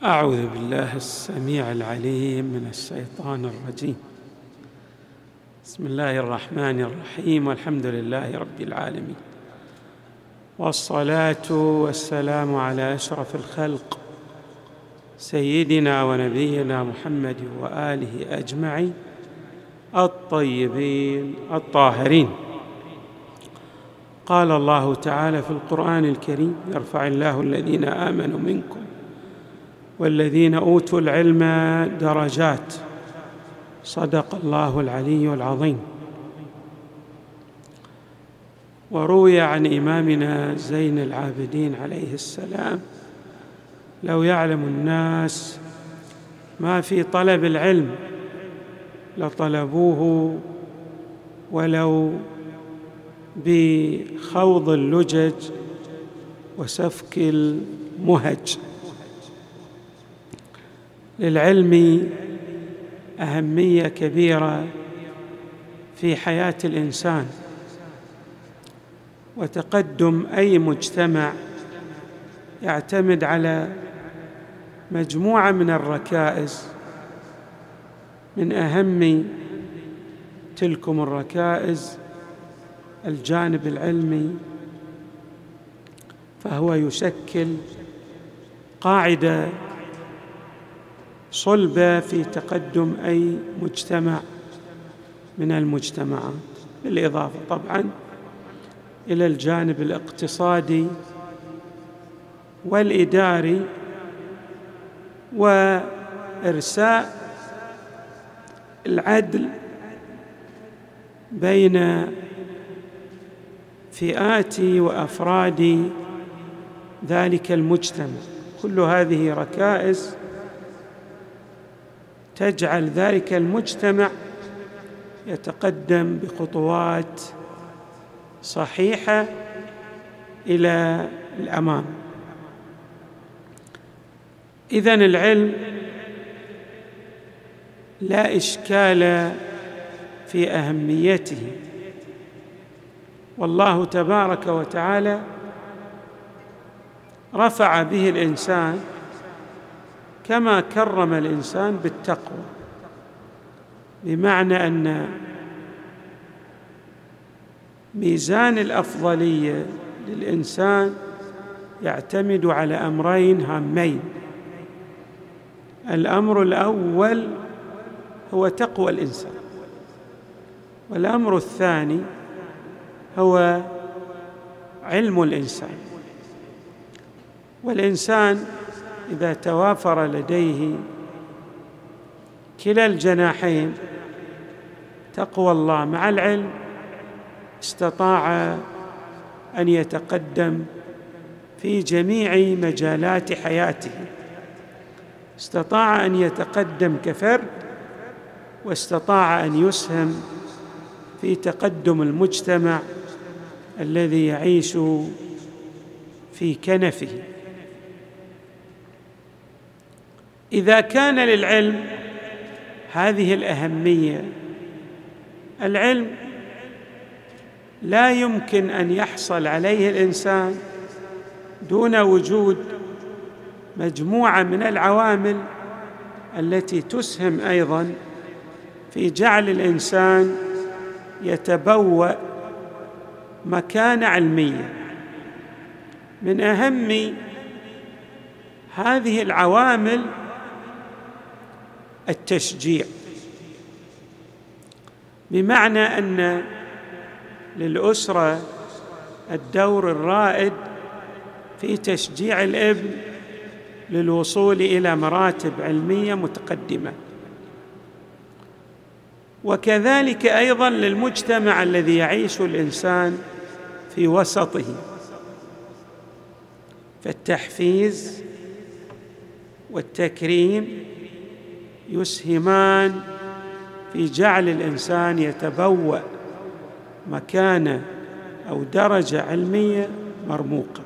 أعوذ بالله السميع العليم من الشيطان الرجيم. بسم الله الرحمن الرحيم، والحمد لله رب العالمين، والصلاة والسلام على أشرف الخلق سيدنا ونبينا محمد وآله أجمعين الطيبين الطاهرين. قال الله تعالى في القرآن الكريم: يرفع الله الذين آمنوا منكم والذين أوتوا العلم درجات. صدق الله العلي العظيم. وروي عن إمامنا زين العابدين عليه السلام: لو يعلم الناس ما في طلب العلم لطلبوه ولو بخوض اللجج وسفك المهج. للعلم أهمية كبيرة في حياة الإنسان، وتقدم أي مجتمع يعتمد على مجموعة من الركائز. من أهم تلكم الركائز الجانب العلمي، فهو يشكل قاعدة صلبة في تقدم أي مجتمع من المجتمعات، بالإضافة طبعاً إلى الجانب الاقتصادي والإداري وإرساء العدل بين فئات وأفراد ذلك المجتمع. كل هذه ركائز تجعل ذلك المجتمع يتقدم بخطوات صحيحة إلى الأمام. إذن العلم لا إشكال في أهميته، والله تبارك وتعالى رفع به الإنسان كما كرم الإنسان بالتقوى، بمعنى أن ميزان الأفضلية للإنسان يعتمد على أمرين هامين. الأمر الأول هو تقوى الإنسان، والأمر الثاني هو علم الإنسان. والإنسان إذا توافر لديه كلا الجناحين، تقوى الله مع العلم، استطاع أن يتقدم في جميع مجالات حياته. استطاع أن يتقدم كفرد، واستطاع أن يسهم في تقدم المجتمع الذي يعيش في كنفه. إذا كان للعلم هذه الأهمية، العلم لا يمكن أن يحصل عليه الإنسان دون وجود مجموعة من العوامل التي تسهم أيضاً في جعل الإنسان يتبوأ مكانة علمية. من أهم هذه العوامل التشجيع، بمعنى أن للأسرة الدور الرائد في تشجيع الابن للوصول إلى مراتب علمية متقدمة، وكذلك أيضاً للمجتمع الذي يعيش الإنسان في وسطه. فالتحفيز والتكريم يسهمان في جعل الإنسان يتبوأ مكانة أو درجة علمية مرموقة.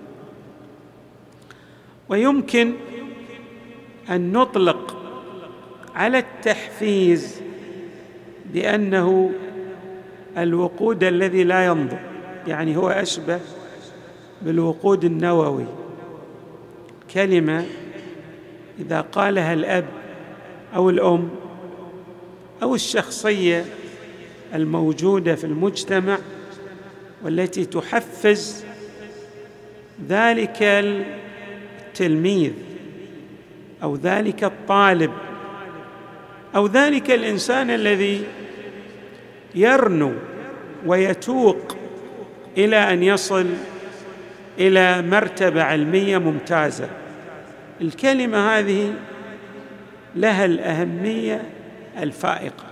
ويمكن أن نطلق على التحفيز بأنه الوقود الذي لا ينضب، يعني هو أشبه بالوقود النووي، كلمة إذا قالها الأب أو الأم أو الشخصية الموجودة في المجتمع والتي تحفز ذلك التلميذ أو ذلك الطالب أو ذلك الإنسان الذي يرنو ويتوق إلى أن يصل إلى مرتبة علمية ممتازة. الكلمة هذه لها الأهمية الفائقة،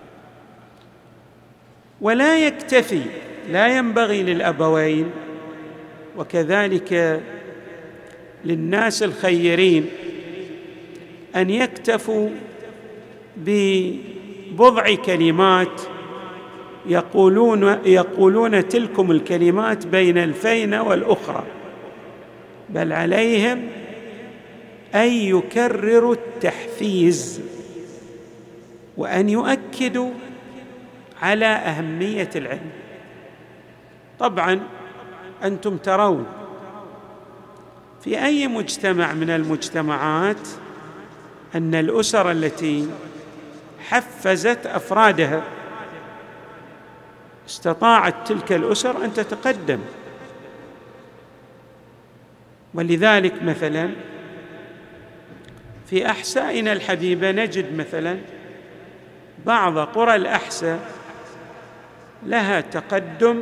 ولا يكتفي، لا ينبغي للأبوين وكذلك للناس الخيرين أن يكتفوا ببضع كلمات يقولون تلكم الكلمات بين الفينة والأخرى، بل عليهم أن يكرروا التحفيز وأن يؤكدوا على أهمية العلم. طبعاً أنتم ترون في أي مجتمع من المجتمعات أن الأسر التي حفزت أفرادها استطاعت تلك الأسر أن تتقدم. ولذلك مثلاً في أحسائنا الحبيبة نجد مثلاً بعض قرى الأحساء لها تقدم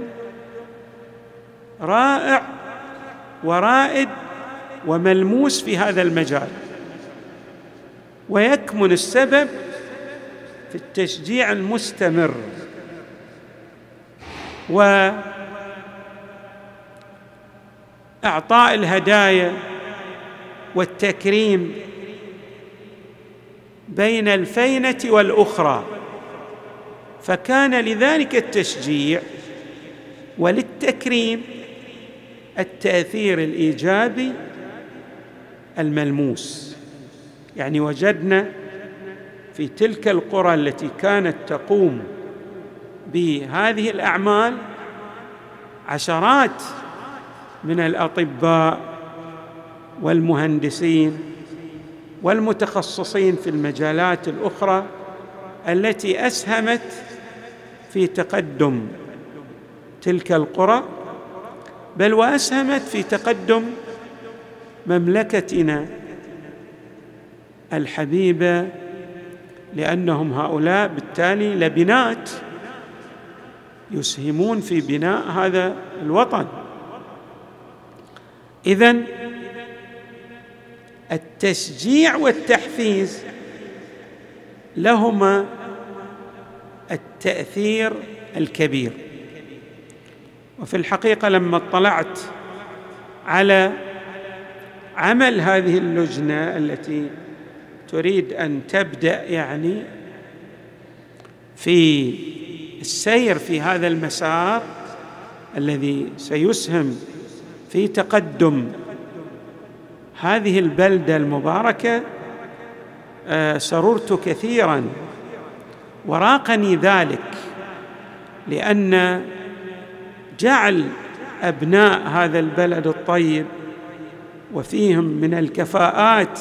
رائع ورائد وملموس في هذا المجال، ويكمن السبب في التشجيع المستمر وإعطاء الهدايا والتكريم بين الفينة والأخرى. فكان لذلك التشجيع وللتكريم التأثير الإيجابي الملموس. يعني وجدنا في تلك القرى التي كانت تقوم بهذه الأعمال عشرات من الأطباء والمهندسين والمتخصصين في المجالات الأخرى التي أسهمت في تقدم تلك القرى، بل وأسهمت في تقدم مملكتنا الحبيبة، لأنهم هؤلاء بالتالي لبنات يسهمون في بناء هذا الوطن. إذن التشجيع والتحفيز لهما التأثير الكبير. وفي الحقيقة لما اطلعت على عمل هذه اللجنة التي تريد أن تبدأ يعني في السير في هذا المسار الذي سيسهم في تقدم هذه البلدة المباركة، سررت كثيراً وراقني ذلك، لأن جعل أبناء هذا البلد الطيب وفيهم من الكفاءات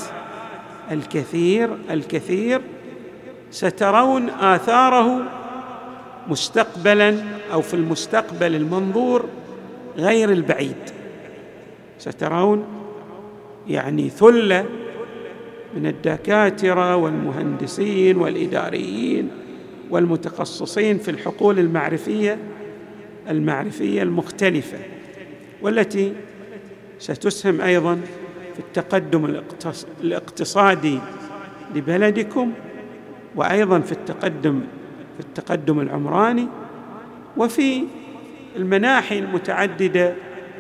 الكثير سترون آثاره مستقبلاً أو في المستقبل المنظور غير البعيد. سترون يعني ثلة من الدكاترة والمهندسين والإداريين والمتخصصين في الحقول المعرفية المختلفة، والتي ستسهم أيضاً في التقدم الاقتصادي لبلدكم، وأيضاً في التقدم العمراني، وفي المناحي المتعددة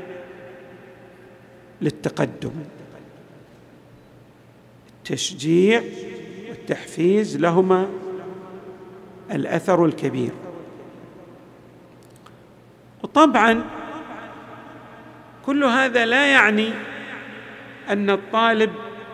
للتقدم. التشجيع والتحفيز لهما الأثر الكبير. وطبعاً كل هذا لا يعني أن الطالب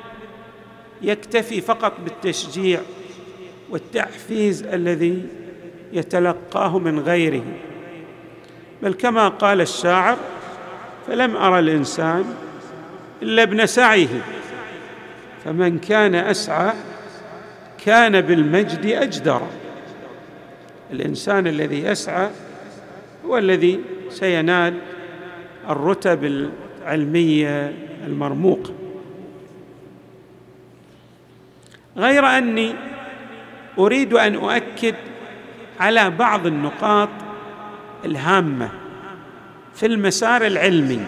يكتفي فقط بالتشجيع والتحفيز الذي يتلقاه من غيره، بل كما قال الشاعر: فلم أرى الإنسان إلا ابن سعيه، فمن كان أسعى كان بالمجد أجدر. الإنسان الذي يسعى هو الذي سينال الرتب العلمية المرموقة. غير أني أريد أن أؤكد على بعض النقاط الهامة في المسار العلمي،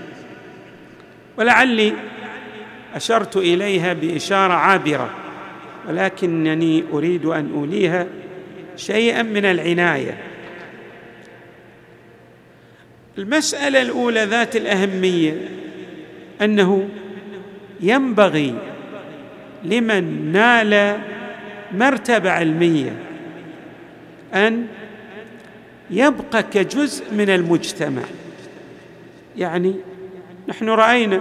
ولعلي أشرت إليها بإشارة عابرة، ولكنني أريد أن أوليها شيئا من العناية. المسألة الأولى ذات الأهمية أنه ينبغي لمن نال مرتبة علمية أن يبقى كجزء من المجتمع. يعني نحن رأينا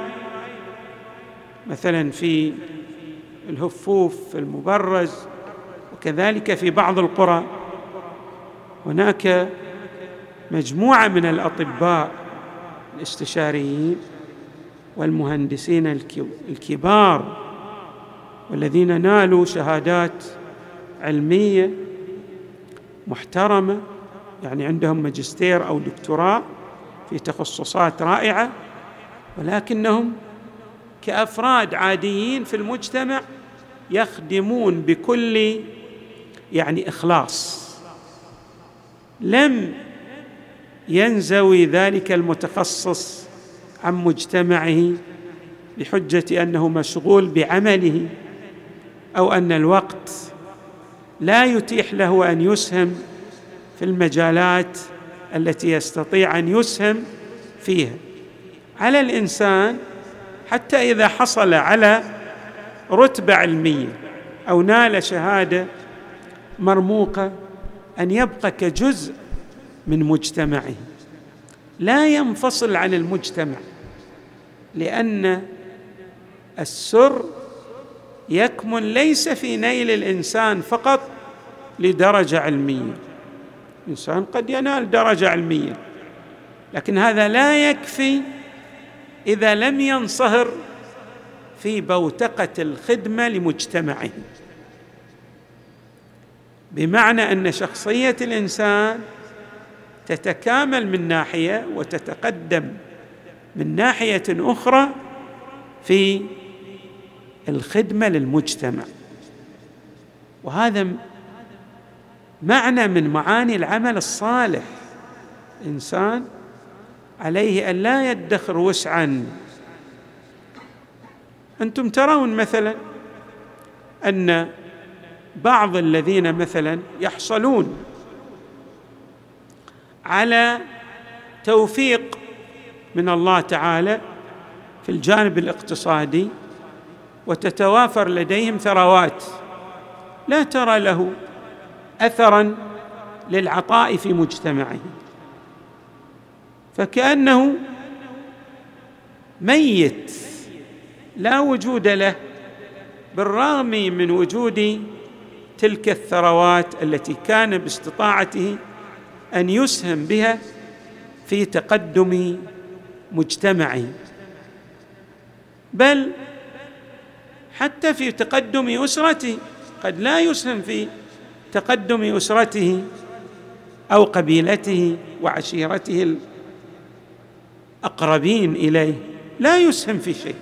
مثلا في الهفوف في المبرز وكذلك في بعض القرى هناك مجموعة من الأطباء الاستشاريين والمهندسين الكبار والذين نالوا شهادات علمية محترمة، يعني عندهم ماجستير أو دكتوراه في تخصصات رائعة، ولكنهم كأفراد عاديين في المجتمع يخدمون بكل إخلاص. لم ينزوي ذلك المتخصص عن مجتمعه بحجة أنه مشغول بعمله أو أن الوقت لا يتيح له أن يسهم في المجالات التي يستطيع أن يسهم فيها. على الإنسان حتى إذا حصل على رتبة علمية أو نال شهادة مرموقة أن يبقى كجزء من مجتمعه، لا ينفصل عن المجتمع، لأن السر يكمن ليس في نيل الإنسان فقط لدرجة علمية. الإنسان قد ينال درجة علمية، لكن هذا لا يكفي إذا لم ينصهر في بوتقة الخدمة لمجتمعه، بمعنى أن شخصية الإنسان تتكامل من ناحية وتتقدم من ناحية أخرى في الخدمة للمجتمع. وهذا معنى من معاني العمل الصالح. الإنسان عليه أن لا يدخر وسعا. أنتم ترون مثلا أن بعض الذين مثلا يحصلون على توفيق من الله تعالى في الجانب الاقتصادي وتتوافر لديهم ثروات، لا ترى له أثراً للعطاء في مجتمعه، فكأنه ميت لا وجود له، بالرغم من وجود تلك الثروات التي كان باستطاعته أن يسهم بها في تقدم مجتمعه، بل حتى في تقدم أسرته. قد لا يسهم في تقدم أسرته أو قبيلته وعشيرته الأقربين إليه، لا يسهم في شيء.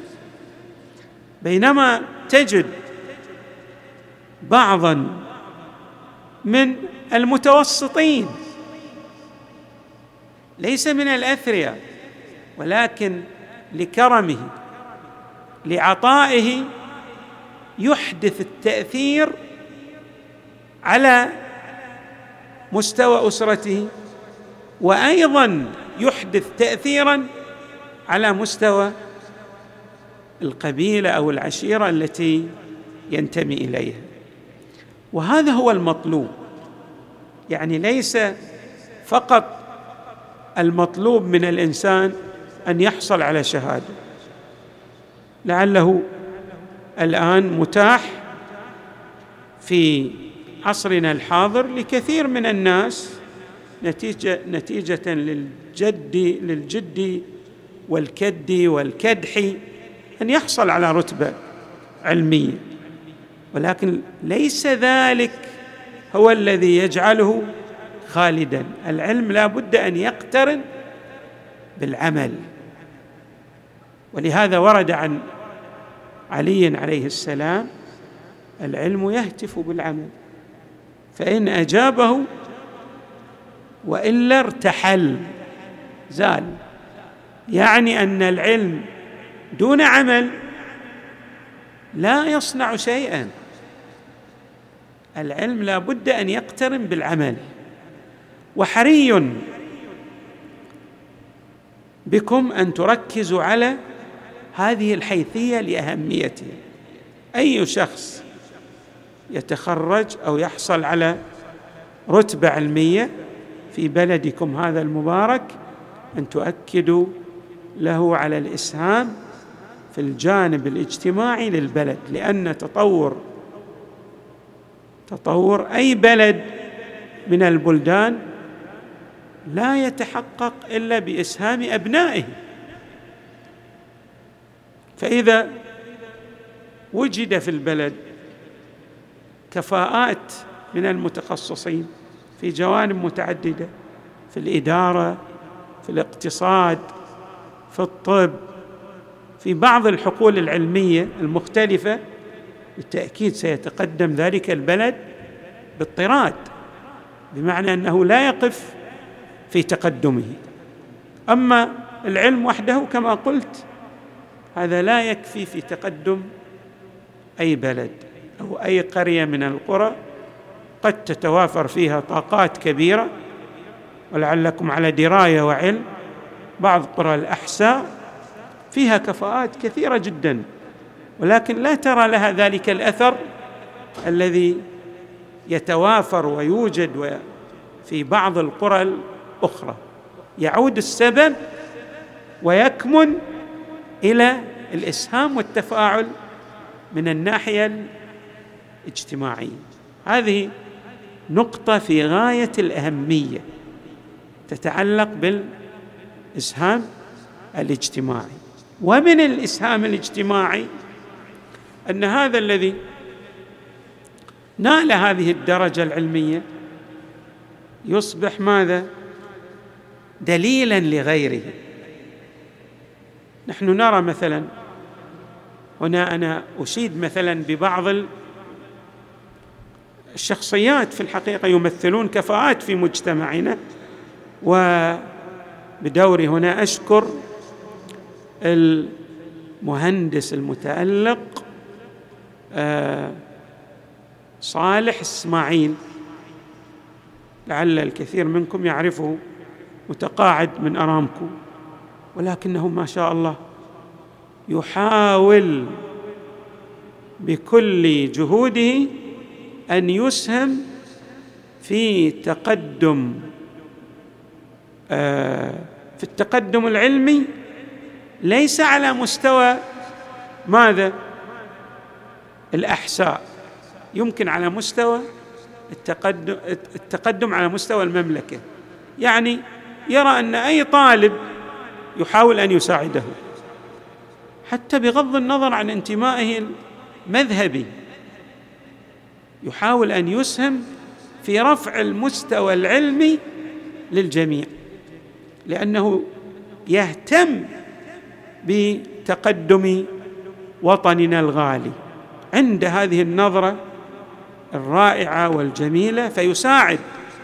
بينما تجد بعضاً من المتوسطين ليس من الأثرياء، ولكن لكرمه لعطائه يحدث التأثير على مستوى أسرته، وأيضاً يحدث تأثيراً على مستوى القبيلة أو العشيرة التي ينتمي إليها. وهذا هو المطلوب. يعني ليس فقط المطلوب من الإنسان أن يحصل على شهادة، لعله الآن متاح في عصرنا الحاضر لكثير من الناس نتيجة للجد والكد والكدح أن يحصل على رتبة علمية، ولكن ليس ذلك هو الذي يجعله خالدا. العلم لا بد أن يقترن بالعمل، ولهذا ورد عن علي عليه السلام: العلم يهتف بالعمل، فإن أجابه وإلا ارتحل، زال. يعني أن العلم دون عمل لا يصنع شيئا. العلم لا بد أن يقترن بالعمل، وحري بكم أن تركزوا على هذه الحيثية لأهميتها. أي شخص يتخرج أو يحصل على رتبة علمية في بلدكم هذا المبارك، أن تؤكدوا له على الإسهام في الجانب الاجتماعي للبلد، لأن تطور أي بلد من البلدان لا يتحقق إلا بإسهام أبنائه. فإذا وجد في البلد كفاءات من المتخصصين في جوانب متعددة، في الإدارة، في الاقتصاد، في الطب، في بعض الحقول العلمية المختلفة، بالتأكيد سيتقدم ذلك البلد باضطراد، بمعنى أنه لا يقف في تقدمه. أما العلم وحده كما قلت هذا لا يكفي في تقدم أي بلد أو أي قرية من القرى قد تتوافر فيها طاقات كبيرة، ولعلكم على دراية وعلم بعض قرى الأحساء فيها كفاءات كثيرة جدا، ولكن لا ترى لها ذلك الأثر الذي يتوافر ويوجد في بعض القرى الأخرى. يعود السبب ويكمن إلى الإسهام والتفاعل من الناحية الاجتماعية. هذه نقطة في غاية الأهمية تتعلق بالإسهام الاجتماعي. ومن الإسهام الاجتماعي أن هذا الذي نال هذه الدرجة العلمية يصبح ماذا؟ دليلا لغيره. نحن نرى مثلا هنا، أنا أشيد مثلا ببعض الشخصيات في الحقيقة يمثلون كفاءات في مجتمعنا، وبدوري هنا أشكر المهندس المتألق صالح إسماعيل، لعل الكثير منكم يعرفه، متقاعد من أرامكو، ولكنه ما شاء الله يحاول بكل جهوده أن يسهم في التقدم العلمي، ليس على مستوى ماذا؟ الأحساء، يمكن على مستوى التقدم على مستوى المملكة. يعني يرى أن أي طالب يحاول أن يساعده حتى بغض النظر عن انتمائه المذهبي، يحاول أن يسهم في رفع المستوى العلمي للجميع، لأنه يهتم بتقدم وطننا الغالي. عند هذه النظرة الرائعة والجميلة فيساعد،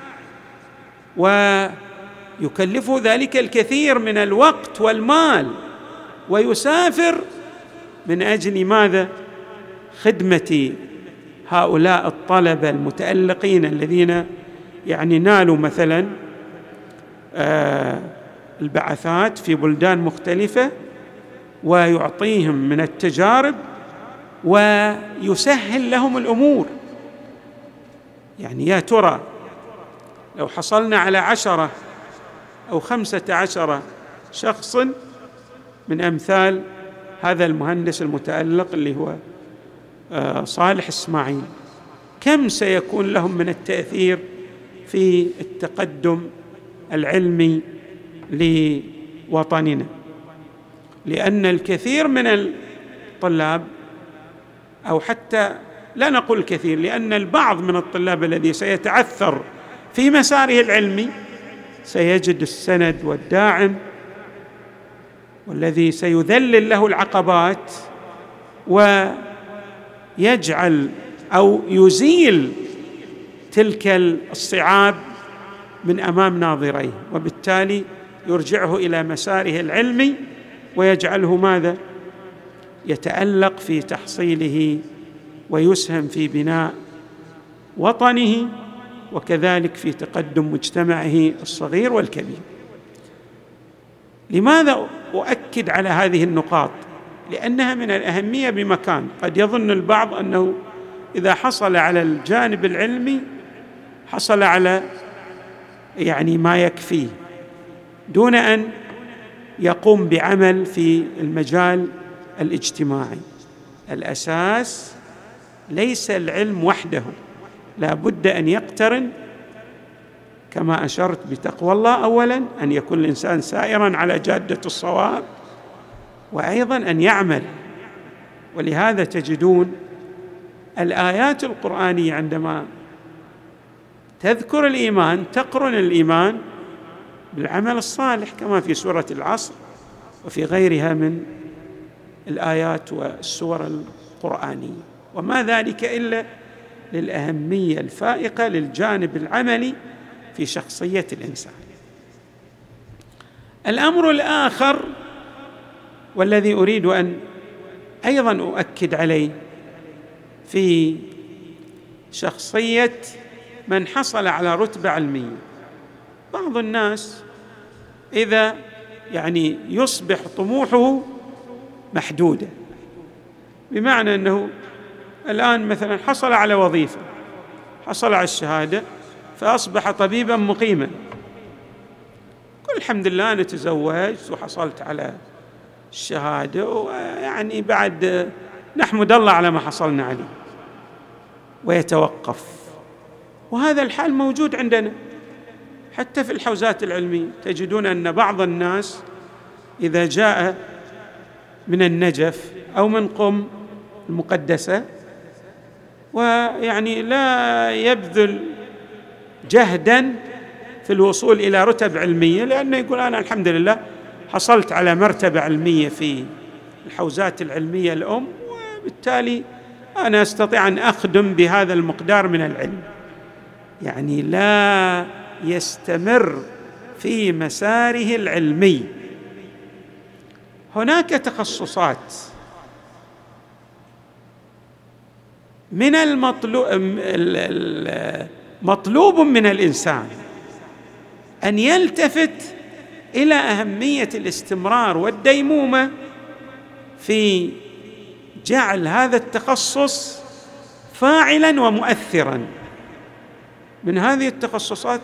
ويكلفه ذلك الكثير من الوقت والمال، ويسافر من أجل ماذا؟ خدمة هؤلاء الطلبة المتألقين الذين يعني نالوا مثلا البعثات في بلدان مختلفة، ويعطيهم من التجارب ويسهل لهم الأمور. يعني يا ترى لو حصلنا على 10 أو 15 شخص من أمثال هذا المهندس المتألق اللي هو صالح إسماعيل، كم سيكون لهم من التأثير في التقدم العلمي لوطننا؟ لأن الكثير من الطلاب أو حتى لا نقول كثير، لأن البعض من الطلاب الذي سيتعثر في مساره العلمي سيجد السند والداعم، والذي سيذلل له العقبات ويجعل أو يزيل تلك الصعاب من أمام ناظريه، وبالتالي يرجعه إلى مساره العلمي ويجعله ماذا؟ يتألق في تحصيله ويسهم في بناء وطنه، وكذلك في تقدم مجتمعه الصغير والكبير. لماذا أؤكد على هذه النقاط؟ لأنها من الأهمية بمكان. قد يظن البعض أنه إذا حصل على الجانب العلمي حصل على ما يكفيه، دون أن يقوم بعمل في المجال الاجتماعي. الأساس ليس العلم وحده، لا بد أن يقترن كما أشرت بتقوى الله أولاً، أن يكون الإنسان سائراً على جادة الصواب، وأيضاً أن يعمل. ولهذا تجدون الآيات القرآنية عندما تذكر الإيمان تقرن الإيمان بالعمل الصالح، كما في سورة العصر وفي غيرها من الآيات والسور القرآنية، وما ذلك إلا للأهمية الفائقة للجانب العملي في شخصية الإنسان. الأمر الآخر والذي أريد أن أيضاً أؤكد عليه في شخصية من حصل على رتبة علمية، بعض الناس إذا يصبح طموحه محدودة، بمعنى أنه الآن مثلاً حصل على وظيفة، حصل على الشهادة، فأصبح طبيباً مقيماً، قل الحمد لله أنا تزوجت وحصلت على الشهادة، بعد نحمد الله على ما حصلنا عليه، ويتوقف. وهذا الحال موجود عندنا حتى في الحوزات العلمية. تجدون أن بعض الناس إذا جاء من النجف أو من قم المقدسة لا يبذل جهداً في الوصول إلى رتب علمية، لأنه يقول أنا الحمد لله حصلت على مرتبة علمية في الحوزات العلمية الأم، وبالتالي أنا أستطيع أن أخدم بهذا المقدار من العلم. لا يستمر في مساره العلمي. هناك تخصصات من مطلوب من الإنسان أن يلتفت إلى أهمية الاستمرار والديمومة في جعل هذا التخصص فاعلاً ومؤثراً. من هذه التخصصات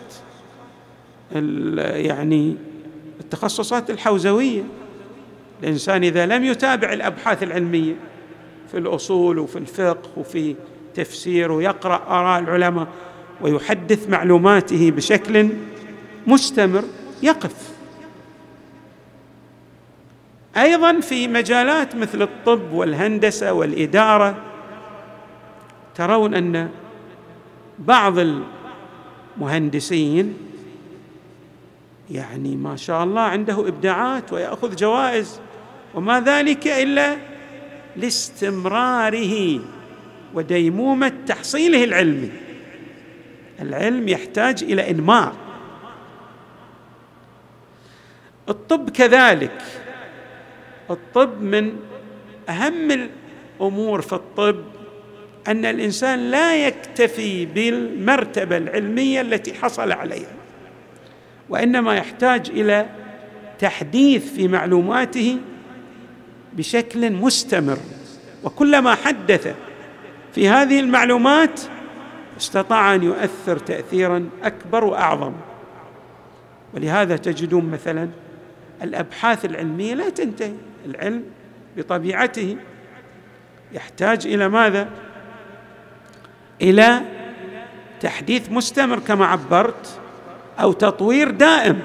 التخصصات الحوزوية. الإنسان إذا لم يتابع الأبحاث العلمية في الأصول وفي الفقه وفي تفسير ويقرأ آراء العلماء ويحدث معلوماته بشكل مستمر يقف. أيضاً في مجالات مثل الطب والهندسة والإدارة ترون أن بعض المهندسين ما شاء الله عنده إبداعات ويأخذ جوائز، وما ذلك إلا لاستمراره وديمومة تحصيله العلمي. العلم يحتاج إلى إنماء. الطب كذلك. الطب من أهم الأمور في الطب أن الإنسان لا يكتفي بالمرتبة العلمية التي حصل عليها، وإنما يحتاج إلى تحديث في معلوماته بشكل مستمر، وكلما حدث في هذه المعلومات استطاع أن يؤثر تأثيراً أكبر وأعظم. ولهذا تجدون مثلاً الأبحاث العلمية لا تنتهي. العلم بطبيعته يحتاج إلى ماذا؟ إلى تحديث مستمر كما عبرت، أو تطوير دائم.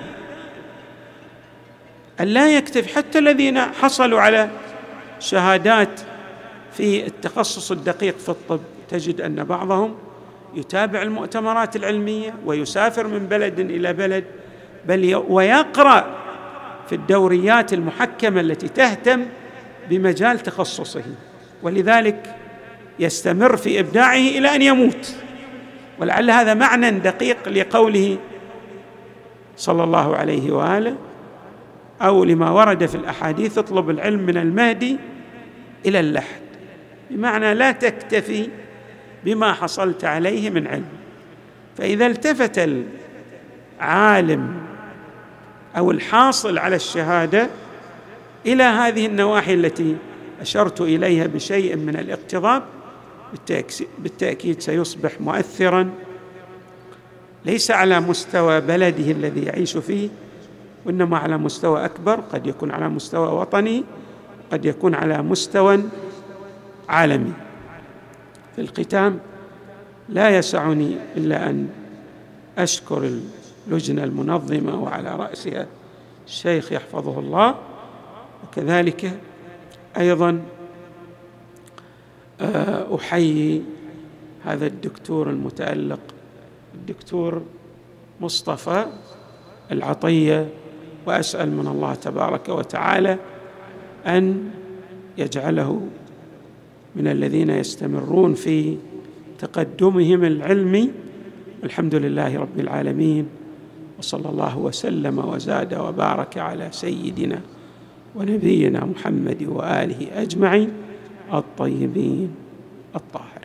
أن لا يكتفي. حتى الذين حصلوا على شهادات في التخصص الدقيق في الطب تجد أن بعضهم يتابع المؤتمرات العلمية ويسافر من بلد إلى بلد، ويقرأ في الدوريات المحكمة التي تهتم بمجال تخصصه، ولذلك يستمر في إبداعه إلى أن يموت. ولعل هذا معنى دقيق لقوله صلى الله عليه وآله أو لما ورد في الأحاديث: اطلب العلم من المهدي إلى اللحد، بمعنى لا تكتفي بما حصلت عليه من علم. فإذا التفت العالم أو الحاصل على الشهادة إلى هذه النواحي التي أشرت إليها بشيء من الاقتضاب، بالتأكيد سيصبح مؤثراً ليس على مستوى بلده الذي يعيش فيه، وإنما على مستوى أكبر، قد يكون على مستوى وطني، قد يكون على مستوى عالمي. في الختام لا يسعني إلا أن أشكر اللجنة المنظمة وعلى رأسها الشيخ يحفظه الله، وكذلك أيضا أحيي هذا الدكتور المتألق الدكتور مصطفى العطية، وأسأل من الله تبارك وتعالى أن يجعله من الذين يستمرون في تقدمهم العلمي. والحمد لله رب العالمين، وصلى الله وسلم وزاد وبارك على سيدنا ونبينا محمد وآله أجمعين الطيبين الطاهرين.